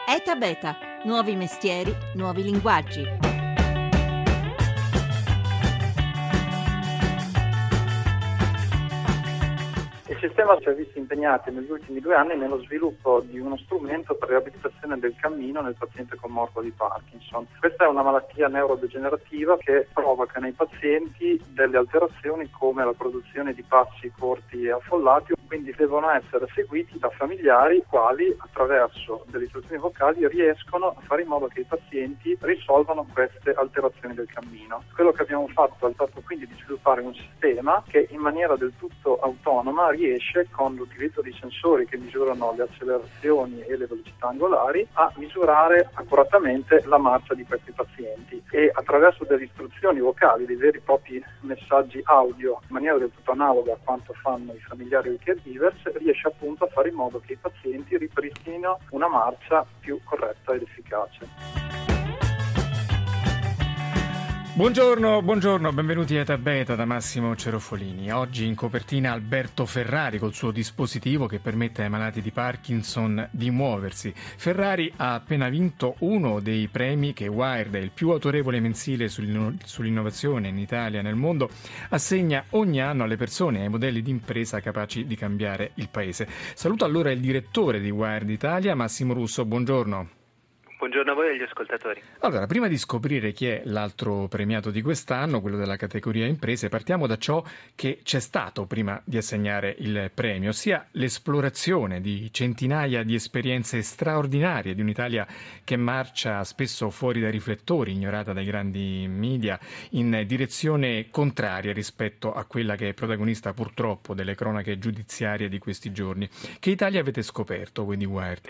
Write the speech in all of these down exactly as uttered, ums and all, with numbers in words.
ETA Beta, nuovi mestieri, nuovi linguaggi. Il sistema ci ha visto impegnati negli ultimi due anni nello sviluppo di uno strumento per riabilitazione del cammino nel paziente con morbo di Parkinson. Questa è una malattia neurodegenerativa che provoca nei pazienti delle alterazioni come la produzione di passi corti e affollati, quindi devono essere seguiti da familiari quali attraverso delle istruzioni vocali riescono a fare in modo che i pazienti risolvano queste alterazioni del cammino. Quello che abbiamo fatto è stato quindi di sviluppare un sistema che in maniera del tutto autonoma riesce, con l'utilizzo di sensori che misurano le accelerazioni e le velocità angolari, a misurare accuratamente la marcia di questi pazienti e attraverso delle istruzioni vocali, dei veri e propri messaggi audio in maniera del tutto analoga a quanto fanno i familiari o i caregivers, riesce appunto a fare in modo che i pazienti ripristinino una marcia più corretta ed efficace. Buongiorno, buongiorno, benvenuti a ETA Beta da Massimo Cerofolini. Oggi in copertina Alberto Ferrari col suo dispositivo che permette ai malati di Parkinson di muoversi. Ferrari ha appena vinto uno dei premi che Wired, il più autorevole mensile sull'innovazione in Italia e nel mondo, assegna ogni anno alle persone e ai modelli di impresa capaci di cambiare il paese. Saluto allora il direttore di Wired Italia, Massimo Russo, buongiorno. Buongiorno a voi e agli ascoltatori. Allora, prima di scoprire chi è l'altro premiato di quest'anno, quello della categoria imprese, partiamo da ciò che c'è stato prima di assegnare il premio, ossia l'esplorazione di centinaia di esperienze straordinarie di un'Italia che marcia spesso fuori dai riflettori, ignorata dai grandi media, in direzione contraria rispetto a quella che è protagonista purtroppo delle cronache giudiziarie di questi giorni. Che Italia avete scoperto, quindi Wired?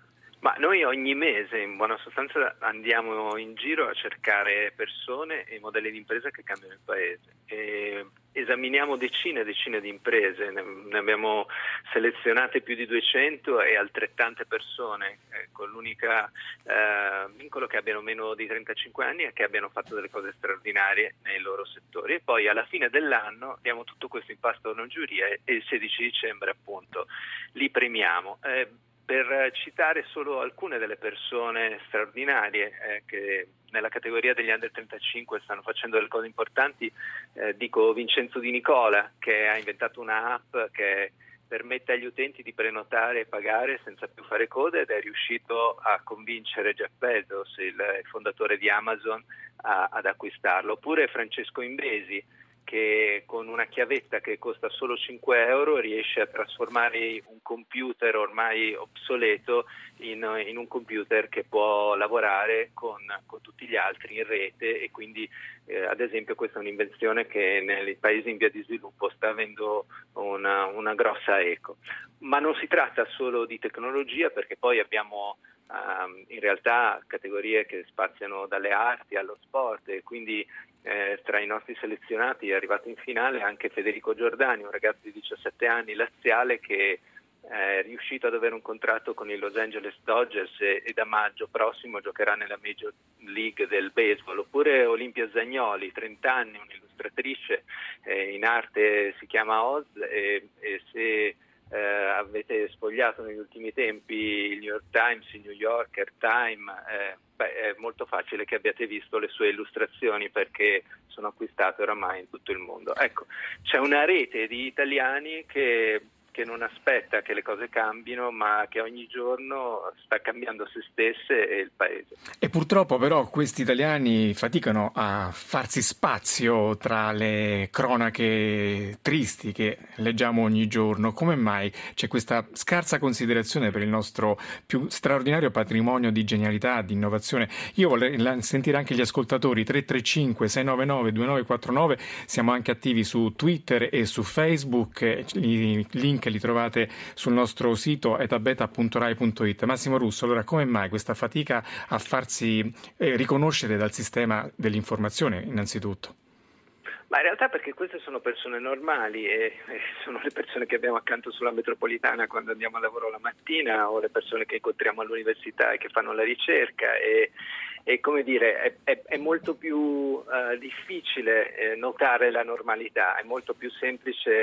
Ma noi ogni mese in buona sostanza andiamo in giro a cercare persone e modelli di impresa che cambiano il paese e esaminiamo decine e decine di imprese, ne abbiamo selezionate più di duecento e altrettante persone eh, con l'unica eh, vincolo che abbiano meno di trentacinque anni e che abbiano fatto delle cose straordinarie nei loro settori, e poi alla fine dell'anno diamo tutto questo in pasto a una giuria e, e il sedici dicembre appunto li premiamo. Eh, Per citare solo alcune delle persone straordinarie eh, che nella categoria degli under trentacinque stanno facendo delle cose importanti, eh, dico Vincenzo Di Nicola, che ha inventato una app che permette agli utenti di prenotare e pagare senza più fare code ed è riuscito a convincere Jeff Bezos, il fondatore di Amazon, a, ad acquistarlo. Oppure Francesco Imbesi, che con una chiavetta che costa solo cinque euro riesce a trasformare un computer ormai obsoleto in, in un computer che può lavorare con, con tutti gli altri in rete, e quindi eh, ad esempio questa è un'invenzione che nei paesi in via di sviluppo sta avendo una, una grossa eco. Ma non si tratta solo di tecnologia, perché poi abbiamo Um, in realtà categorie che spaziano dalle arti allo sport, e quindi eh, tra i nostri selezionati è arrivato in finale anche Federico Giordani, un ragazzo di diciassette anni laziale che è riuscito ad avere un contratto con i Los Angeles Dodgers e, e da maggio prossimo giocherà nella Major League del baseball. Oppure Olimpia Zagnoli, trenta anni, un'illustratrice, eh, in arte si chiama Oz, e, e se Eh, avete sfogliato negli ultimi tempi il New York Times, il New Yorker, Time, eh, beh, è molto facile che abbiate visto le sue illustrazioni, perché sono acquistate oramai in tutto il mondo. Ecco, c'è una rete di italiani che che non aspetta che le cose cambino, ma che ogni giorno sta cambiando se stesse e il paese. E purtroppo però questi italiani faticano a farsi spazio tra le cronache tristi che leggiamo ogni giorno. Come mai c'è questa scarsa considerazione per il nostro più straordinario patrimonio di genialità, di innovazione? Io vorrei sentire anche gli ascoltatori. Tre tre cinque sei nove nove due nove quattro nove, siamo anche attivi su Twitter e su Facebook, i link li trovate sul nostro sito etabeta punto rai punto it. Massimo Russo, allora come mai questa fatica a farsi eh, riconoscere dal sistema dell'informazione innanzitutto? Ma in realtà perché queste sono persone normali e, e sono le persone che abbiamo accanto sulla metropolitana quando andiamo al lavoro la mattina, o le persone che incontriamo all'università e che fanno la ricerca, e, e come dire, è, è, è molto più uh, difficile eh, notare la normalità, è molto più semplice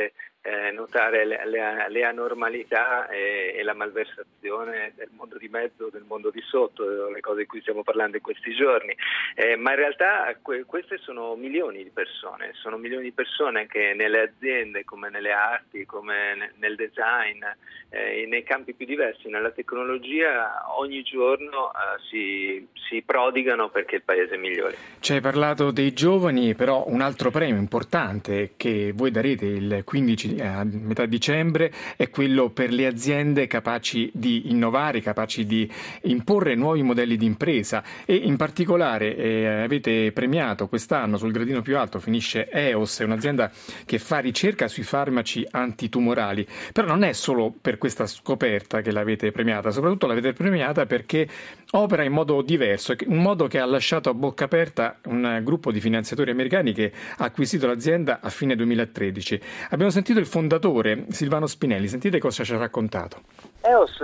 eh, notare le, le, le anormalità e, e la malversazione del mondo di mezzo, del mondo di sotto, le cose di cui stiamo parlando in questi giorni. Eh, ma in realtà que- queste sono milioni di persone, sono milioni di persone che nelle aziende, come nelle arti, come ne- nel design, eh, nei campi più diversi, nella tecnologia, ogni giorno eh, si, si prodigano perché il paese migliori. Ci hai parlato dei giovani, però un altro premio importante che voi darete il quindici a metà dicembre è quello per le aziende capaci di innovare, capaci di imporre nuovi modelli di impresa, e in particolare eh, avete premiato quest'anno, sul gradino più alto finisce E O S, è un'azienda che fa ricerca sui farmaci antitumorali. Però non è solo per questa scoperta che l'avete premiata, soprattutto l'avete premiata perché opera in modo diverso, un modo che ha lasciato a bocca aperta un gruppo di finanziatori americani che ha acquisito l'azienda a fine duemilatredici. Abbiamo sentito il fondatore, Silvano Spinelli, sentite cosa ci ha raccontato. E O S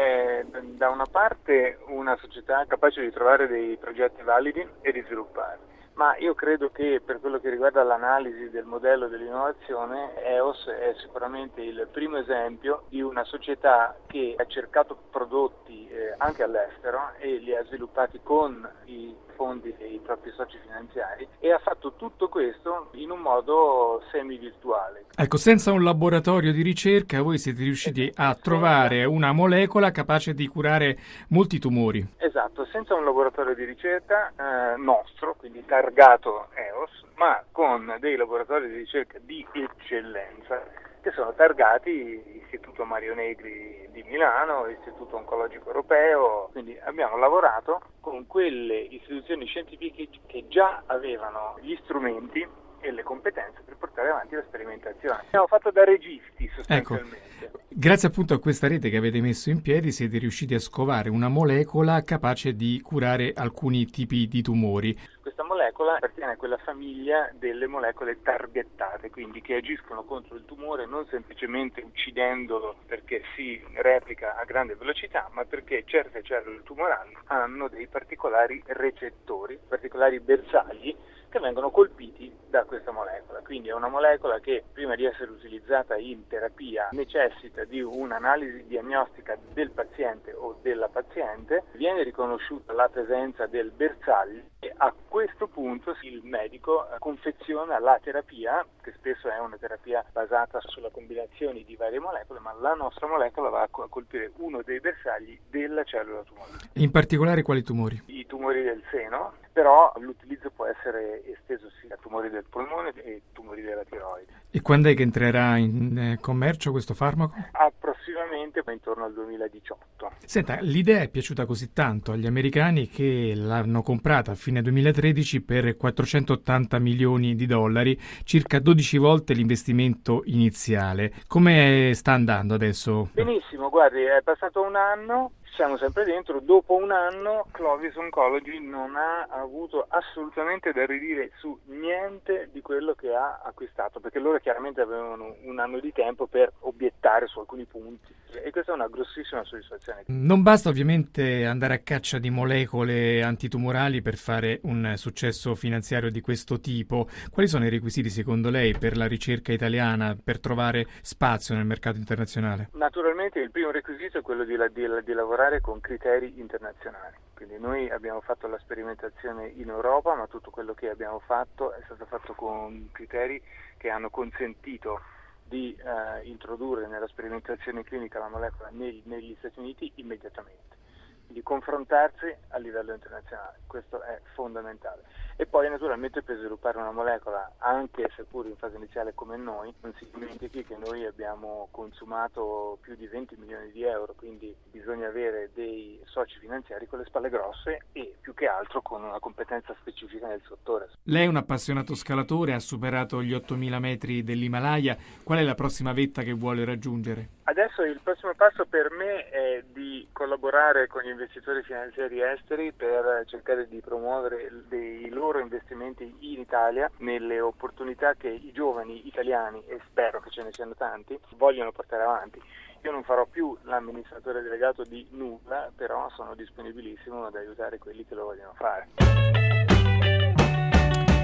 è da una parte una società capace di trovare dei progetti validi e di svilupparli, ma io credo che per quello che riguarda l'analisi del modello dell'innovazione, E O S è sicuramente il primo esempio di una società che ha cercato prodotti eh, anche all'estero e li ha sviluppati con i fondi dei propri soci finanziari, e ha fatto tutto questo in un modo semi-virtuale. Ecco, senza un laboratorio di ricerca voi siete riusciti a trovare una molecola capace di curare molti tumori. Esatto, senza un laboratorio di ricerca eh, nostro, quindi targato E O S, ma con dei laboratori di ricerca di eccellenza che sono targati Istituto Mario Negri di Milano, Istituto Oncologico Europeo. Quindi abbiamo lavorato con quelle istituzioni scientifiche che già avevano gli strumenti e le competenze per portare avanti la sperimentazione. Abbiamo fatto da registi sostanzialmente. Ecco, grazie appunto a questa rete che avete messo in piedi siete riusciti a scovare una molecola capace di curare alcuni tipi di tumori. Questa molecola appartiene a quella famiglia delle molecole targettate, quindi che agiscono contro il tumore non semplicemente uccidendolo perché si replica a grande velocità, ma perché certe cellule tumorali hanno dei particolari recettori, particolari bersagli che vengono colpiti da questa molecola. Quindi è una molecola che prima di essere utilizzata in terapia necessita di un'analisi diagnostica del paziente o della paziente, viene riconosciuta la presenza del bersaglio e a questo punto il medico confeziona la terapia, che spesso è una terapia basata sulla combinazione di varie molecole, ma la nostra molecola va a colpire uno dei bersagli della cellula tumorale. In particolare quali tumori? I tumori del seno, però l'utilizzo può essere esteso sia a tumori del polmone e tumori della tiroide. E quando è che entrerà in eh, commercio questo farmaco? Approssimativamente intorno al duemiladiciotto. Senta, l'idea è piaciuta così tanto agli americani che l'hanno comprata a fine duemilatredici per quattrocentottanta milioni di dollari, circa dodici volte l'investimento iniziale. Come sta andando adesso? Benissimo, guardi, è passato un anno. Siamo sempre dentro. Dopo un anno Clovis Oncology non ha avuto assolutamente da ridire su niente di quello che ha acquistato, perché loro chiaramente avevano un anno di tempo per obiettare su alcuni punti, e questa è una grossissima soddisfazione. Non basta ovviamente andare a caccia di molecole antitumorali per fare un successo finanziario di questo tipo. Quali sono i requisiti secondo lei per la ricerca italiana per trovare spazio nel mercato internazionale? Naturalmente il primo requisito è quello di, di, di lavorare con criteri internazionali. Quindi noi abbiamo fatto la sperimentazione in Europa, ma tutto quello che abbiamo fatto è stato fatto con criteri che hanno consentito di eh, introdurre nella sperimentazione clinica la molecola negli, negli Stati Uniti immediatamente. Di confrontarsi a livello internazionale, questo è fondamentale. E poi naturalmente per sviluppare una molecola, anche seppur in fase iniziale come noi, non si dimentichi che noi abbiamo consumato più di venti milioni di euro, quindi bisogna avere dei soci finanziari con le spalle grosse e più che altro con una competenza specifica nel settore. Lei è un appassionato scalatore, ha superato gli ottomila metri dell'Himalaya. Qual è la prossima vetta che vuole raggiungere? Adesso il prossimo passo per me è di collaborare con gli investitori finanziari esteri per cercare di promuovere dei loro investimenti in Italia nelle opportunità che i giovani italiani, e spero che ce ne siano tanti, vogliono portare avanti. Io non farò più l'amministratore delegato di nulla, però sono disponibilissimo ad aiutare quelli che lo vogliono fare.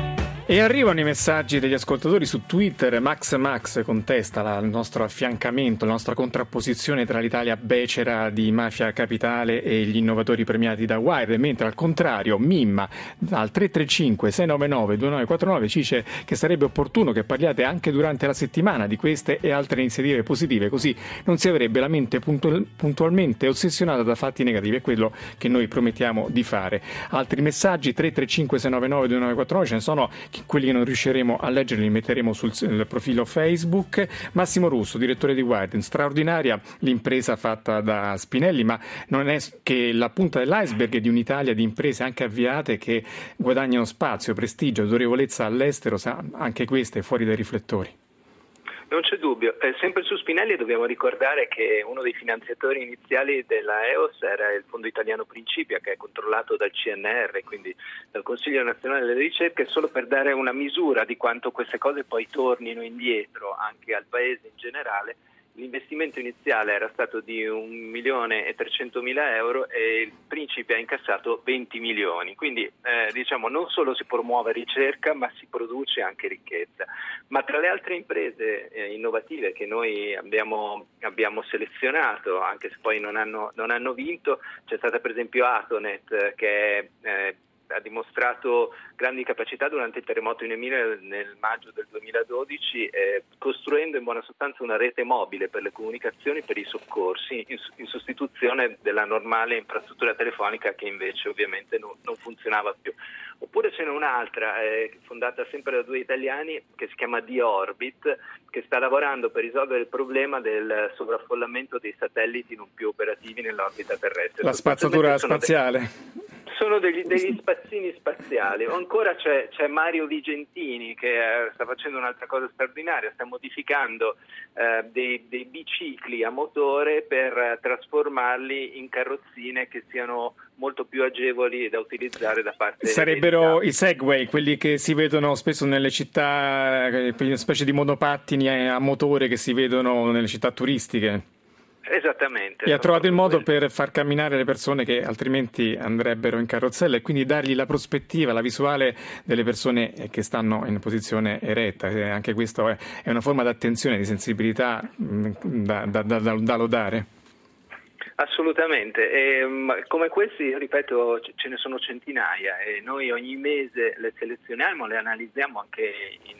E arrivano i messaggi degli ascoltatori su Twitter. Max Max contesta la, il nostro affiancamento, la nostra contrapposizione tra l'Italia becera di mafia capitale e gli innovatori premiati da Wired, mentre al contrario Mimma al tre tre cinque sei nove nove due nove quattro nove ci dice che sarebbe opportuno che parliate anche durante la settimana di queste e altre iniziative positive, così non si avrebbe la mente puntual, puntualmente ossessionata da fatti negativi. È quello che noi promettiamo di fare. Altri messaggi tre tre cinque sei nove nove due nove quattro nove, ce ne sono quelli che non riusciremo a leggere li metteremo sul profilo Facebook. Massimo Russo, direttore di Wired: straordinaria l'impresa fatta da Spinelli, ma non è che la punta dell'iceberg di un'Italia di imprese anche avviate che guadagnano spazio, prestigio, autorevolezza all'estero, anche queste fuori dai riflettori. Non c'è dubbio. Eh, sempre su Spinelli dobbiamo ricordare che uno dei finanziatori iniziali della E O S era il Fondo Italiano Principia, che è controllato dal C N R, quindi dal Consiglio Nazionale delle Ricerche, solo per dare una misura di quanto queste cose poi tornino indietro anche al Paese in generale. L'investimento iniziale era stato di un milione e trecentomila euro e il Principe ha incassato venti milioni, quindi eh, diciamo non solo si promuove ricerca ma si produce anche ricchezza. Ma tra le altre imprese eh, innovative che noi abbiamo, abbiamo selezionato, anche se poi non hanno, non hanno vinto, c'è stata per esempio Atonet, che è eh, ha dimostrato grandi capacità durante il terremoto in Emilia nel maggio del duemiladodici, eh, costruendo in buona sostanza una rete mobile per le comunicazioni, per i soccorsi, in, in sostituzione della normale infrastruttura telefonica che invece ovviamente non, non funzionava più. Oppure ce n'è un'altra, eh, fondata sempre da due italiani, che si chiama D-Orbit, che sta lavorando per risolvere il problema del sovraffollamento dei satelliti non più operativi nell'orbita terrestre. La spazzatura spaziale. Dei... Sono degli, degli spazzini spaziali. O ancora c'è, c'è Mario Vigentini che eh, sta facendo un'altra cosa straordinaria, sta modificando eh, dei, dei bicicli a motore per eh, trasformarli in carrozzine che siano molto più agevoli da utilizzare da parte Sarebbero i Segway, quelli che si vedono spesso nelle città, una specie di monopattini a motore che si vedono nelle città turistiche. Esattamente. E ha trovato il modo per far camminare le persone che altrimenti andrebbero in carrozzella e quindi dargli la prospettiva, la visuale delle persone che stanno in posizione eretta. E anche questo è, è una forma di attenzione, di sensibilità da, da, da, da lodare. Assolutamente, e, come questi, ripeto, ce ne sono centinaia e noi ogni mese le selezioniamo, le analizziamo anche in,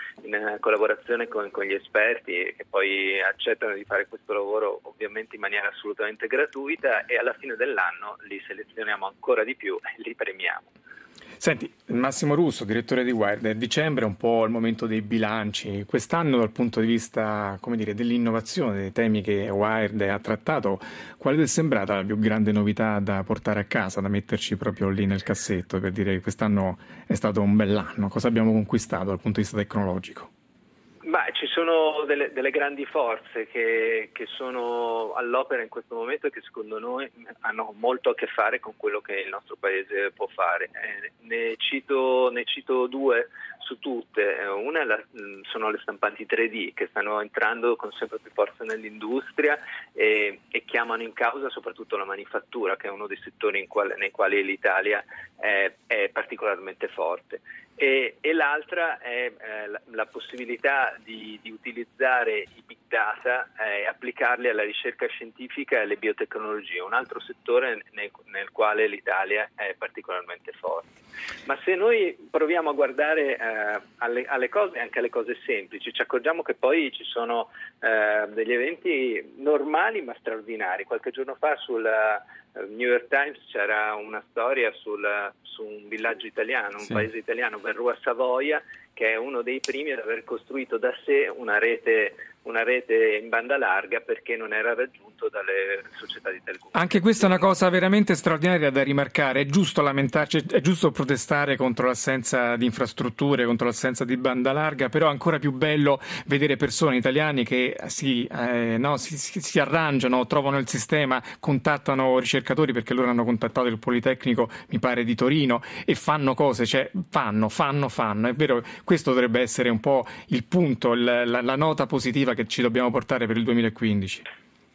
in collaborazione con, con gli esperti che poi accettano di fare questo lavoro ovviamente in maniera assolutamente gratuita, e alla fine dell'anno li selezioniamo ancora di più e li premiamo. Senti, Massimo Russo, direttore di Wired, dicembre è un po' il momento dei bilanci. Quest'anno dal punto di vista, come dire, dell'innovazione, dei temi che Wired ha trattato, quale ti è sembrata la più grande novità da portare a casa, da metterci proprio lì nel cassetto, per dire che quest'anno è stato un bell'anno? Cosa abbiamo conquistato dal punto di vista tecnologico? Ma ci sono delle, delle grandi forze che, che sono all'opera in questo momento e che secondo noi hanno molto a che fare con quello che il nostro paese può fare. Eh, ne cito, ne cito due su tutte. Una è la, sono le stampanti tre D che stanno entrando con sempre più forza nell'industria e, e chiamano in causa soprattutto la manifattura, che è uno dei settori in quale, nei quali l'Italia è, è particolarmente forte. E, e l'altra è eh, la, la possibilità di, di utilizzare i big data e eh, applicarli alla ricerca scientifica e alle biotecnologie, un altro settore nel, nel quale l'Italia è particolarmente forte. Ma se noi proviamo a guardare eh, alle, alle cose, anche alle cose semplici, ci accorgiamo che poi ci sono eh, degli eventi normali ma straordinari. Qualche giorno fa sul uh, New York Times c'era una storia sul, su un villaggio italiano, un sì. paese italiano, Verrua Savoia, che è uno dei primi ad aver costruito da sé una rete, una rete in banda larga perché non era raggiunto dalle società di telecomunicazione. Anche questa è una cosa veramente straordinaria da rimarcare. È giusto lamentarci, è giusto protestare contro l'assenza di infrastrutture, contro l'assenza di banda larga, però è ancora più bello vedere persone italiane che si, eh, no, si, si, si arrangiano, trovano il sistema, contattano ricercatori, perché loro hanno contattato il Politecnico, mi pare di Torino, e fanno cose, cioè fanno, fanno, fanno. È vero, questo dovrebbe essere un po' il punto, il, la, la nota positiva che ci dobbiamo portare per il duemilaquindici.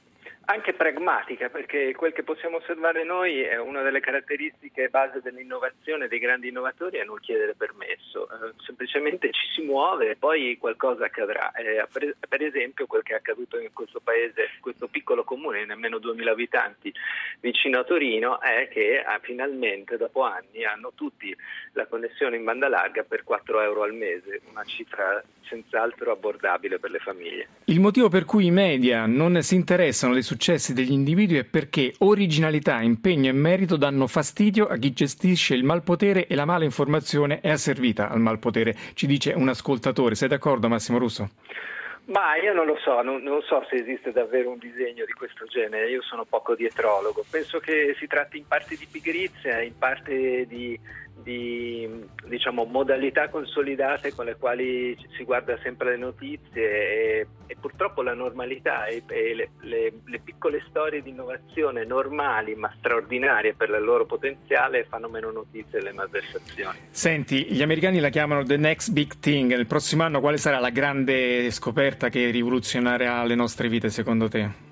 Anche pragmatica, perché quel che possiamo osservare noi è una delle caratteristiche base dell'innovazione, dei grandi innovatori, è non chiedere permesso, eh, semplicemente ci si muove e poi qualcosa accadrà. Eh, per, per esempio quel che è accaduto in questo paese, questo piccolo comune, nemmeno duemila abitanti, vicino a Torino, è che ah, finalmente dopo anni hanno tutti la connessione in banda larga per quattro euro al mese, una cifra senz'altro abbordabile per le famiglie. Il motivo per cui i media non si interessano dei successi degli individui è perché originalità, impegno e merito danno fastidio a chi gestisce il malpotere e la mala informazione è asservita al malpotere, ci dice un ascoltatore. Sei d'accordo, Massimo Russo? Ma io non lo so, non, non so se esiste davvero un disegno di questo genere, io sono poco dietrologo, penso che si tratti in parte di pigrizia, in parte di, di diciamo modalità consolidate con le quali si guarda sempre le notizie e, e purtroppo la normalità e, e le, le, le piccole storie di innovazione normali ma straordinarie per il loro potenziale fanno meno notizie delle malversazioni. Senti, gli americani la chiamano the next big thing, nel prossimo anno quale sarà la grande scoperta che rivoluzionerà le nostre vite secondo te?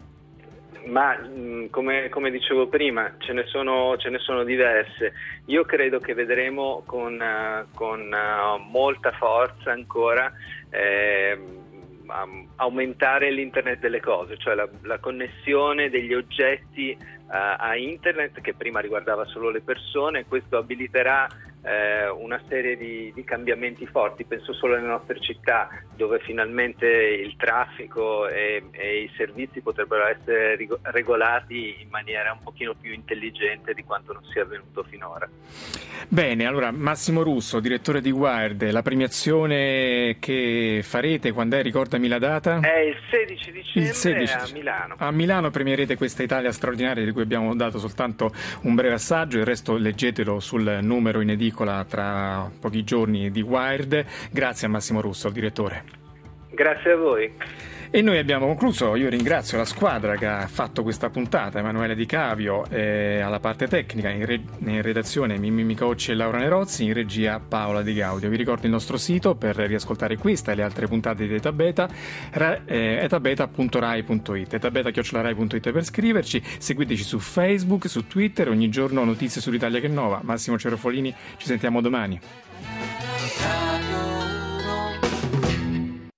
Ma mh, come, come dicevo prima, ce ne sono, ce ne sono diverse. Io credo che vedremo con, uh, con uh, molta forza ancora eh, um, aumentare l'internet delle cose, cioè la, la connessione degli oggetti uh, a internet che prima riguardava solo le persone. Questo abiliterà eh, una serie di, di cambiamenti forti, penso solo alle nostre città, dove finalmente il traffico e, e i servizi potrebbero essere regolati in maniera un pochino più intelligente di quanto non sia avvenuto finora. Bene, allora Massimo Russo, direttore di Wired, la premiazione che farete quando è? Ricordami la data? È il sedici dicembre il sedici a Milano. A Milano premierete questa Italia straordinaria di cui abbiamo dato soltanto un breve assaggio, il resto leggetelo sul numero in edicola tra pochi giorni di Wired. Grazie a Massimo Russo, il direttore. Grazie a voi. E noi abbiamo concluso. Io ringrazio la squadra che ha fatto questa puntata, Emanuele Di Cavio eh, alla parte tecnica, in, re- in redazione Mimmi Micocci e Laura Nerozzi, in regia Paola Di Gaudio. Vi ricordo il nostro sito per riascoltare questa e le altre puntate di Etabeta, ra- eh, etabeta punto rai punto it, etabeta chiocciola rai punto it per scriverci, seguiteci su Facebook, su Twitter, ogni giorno notizie sull'Italia che nova. Massimo Cerofolini, ci sentiamo domani.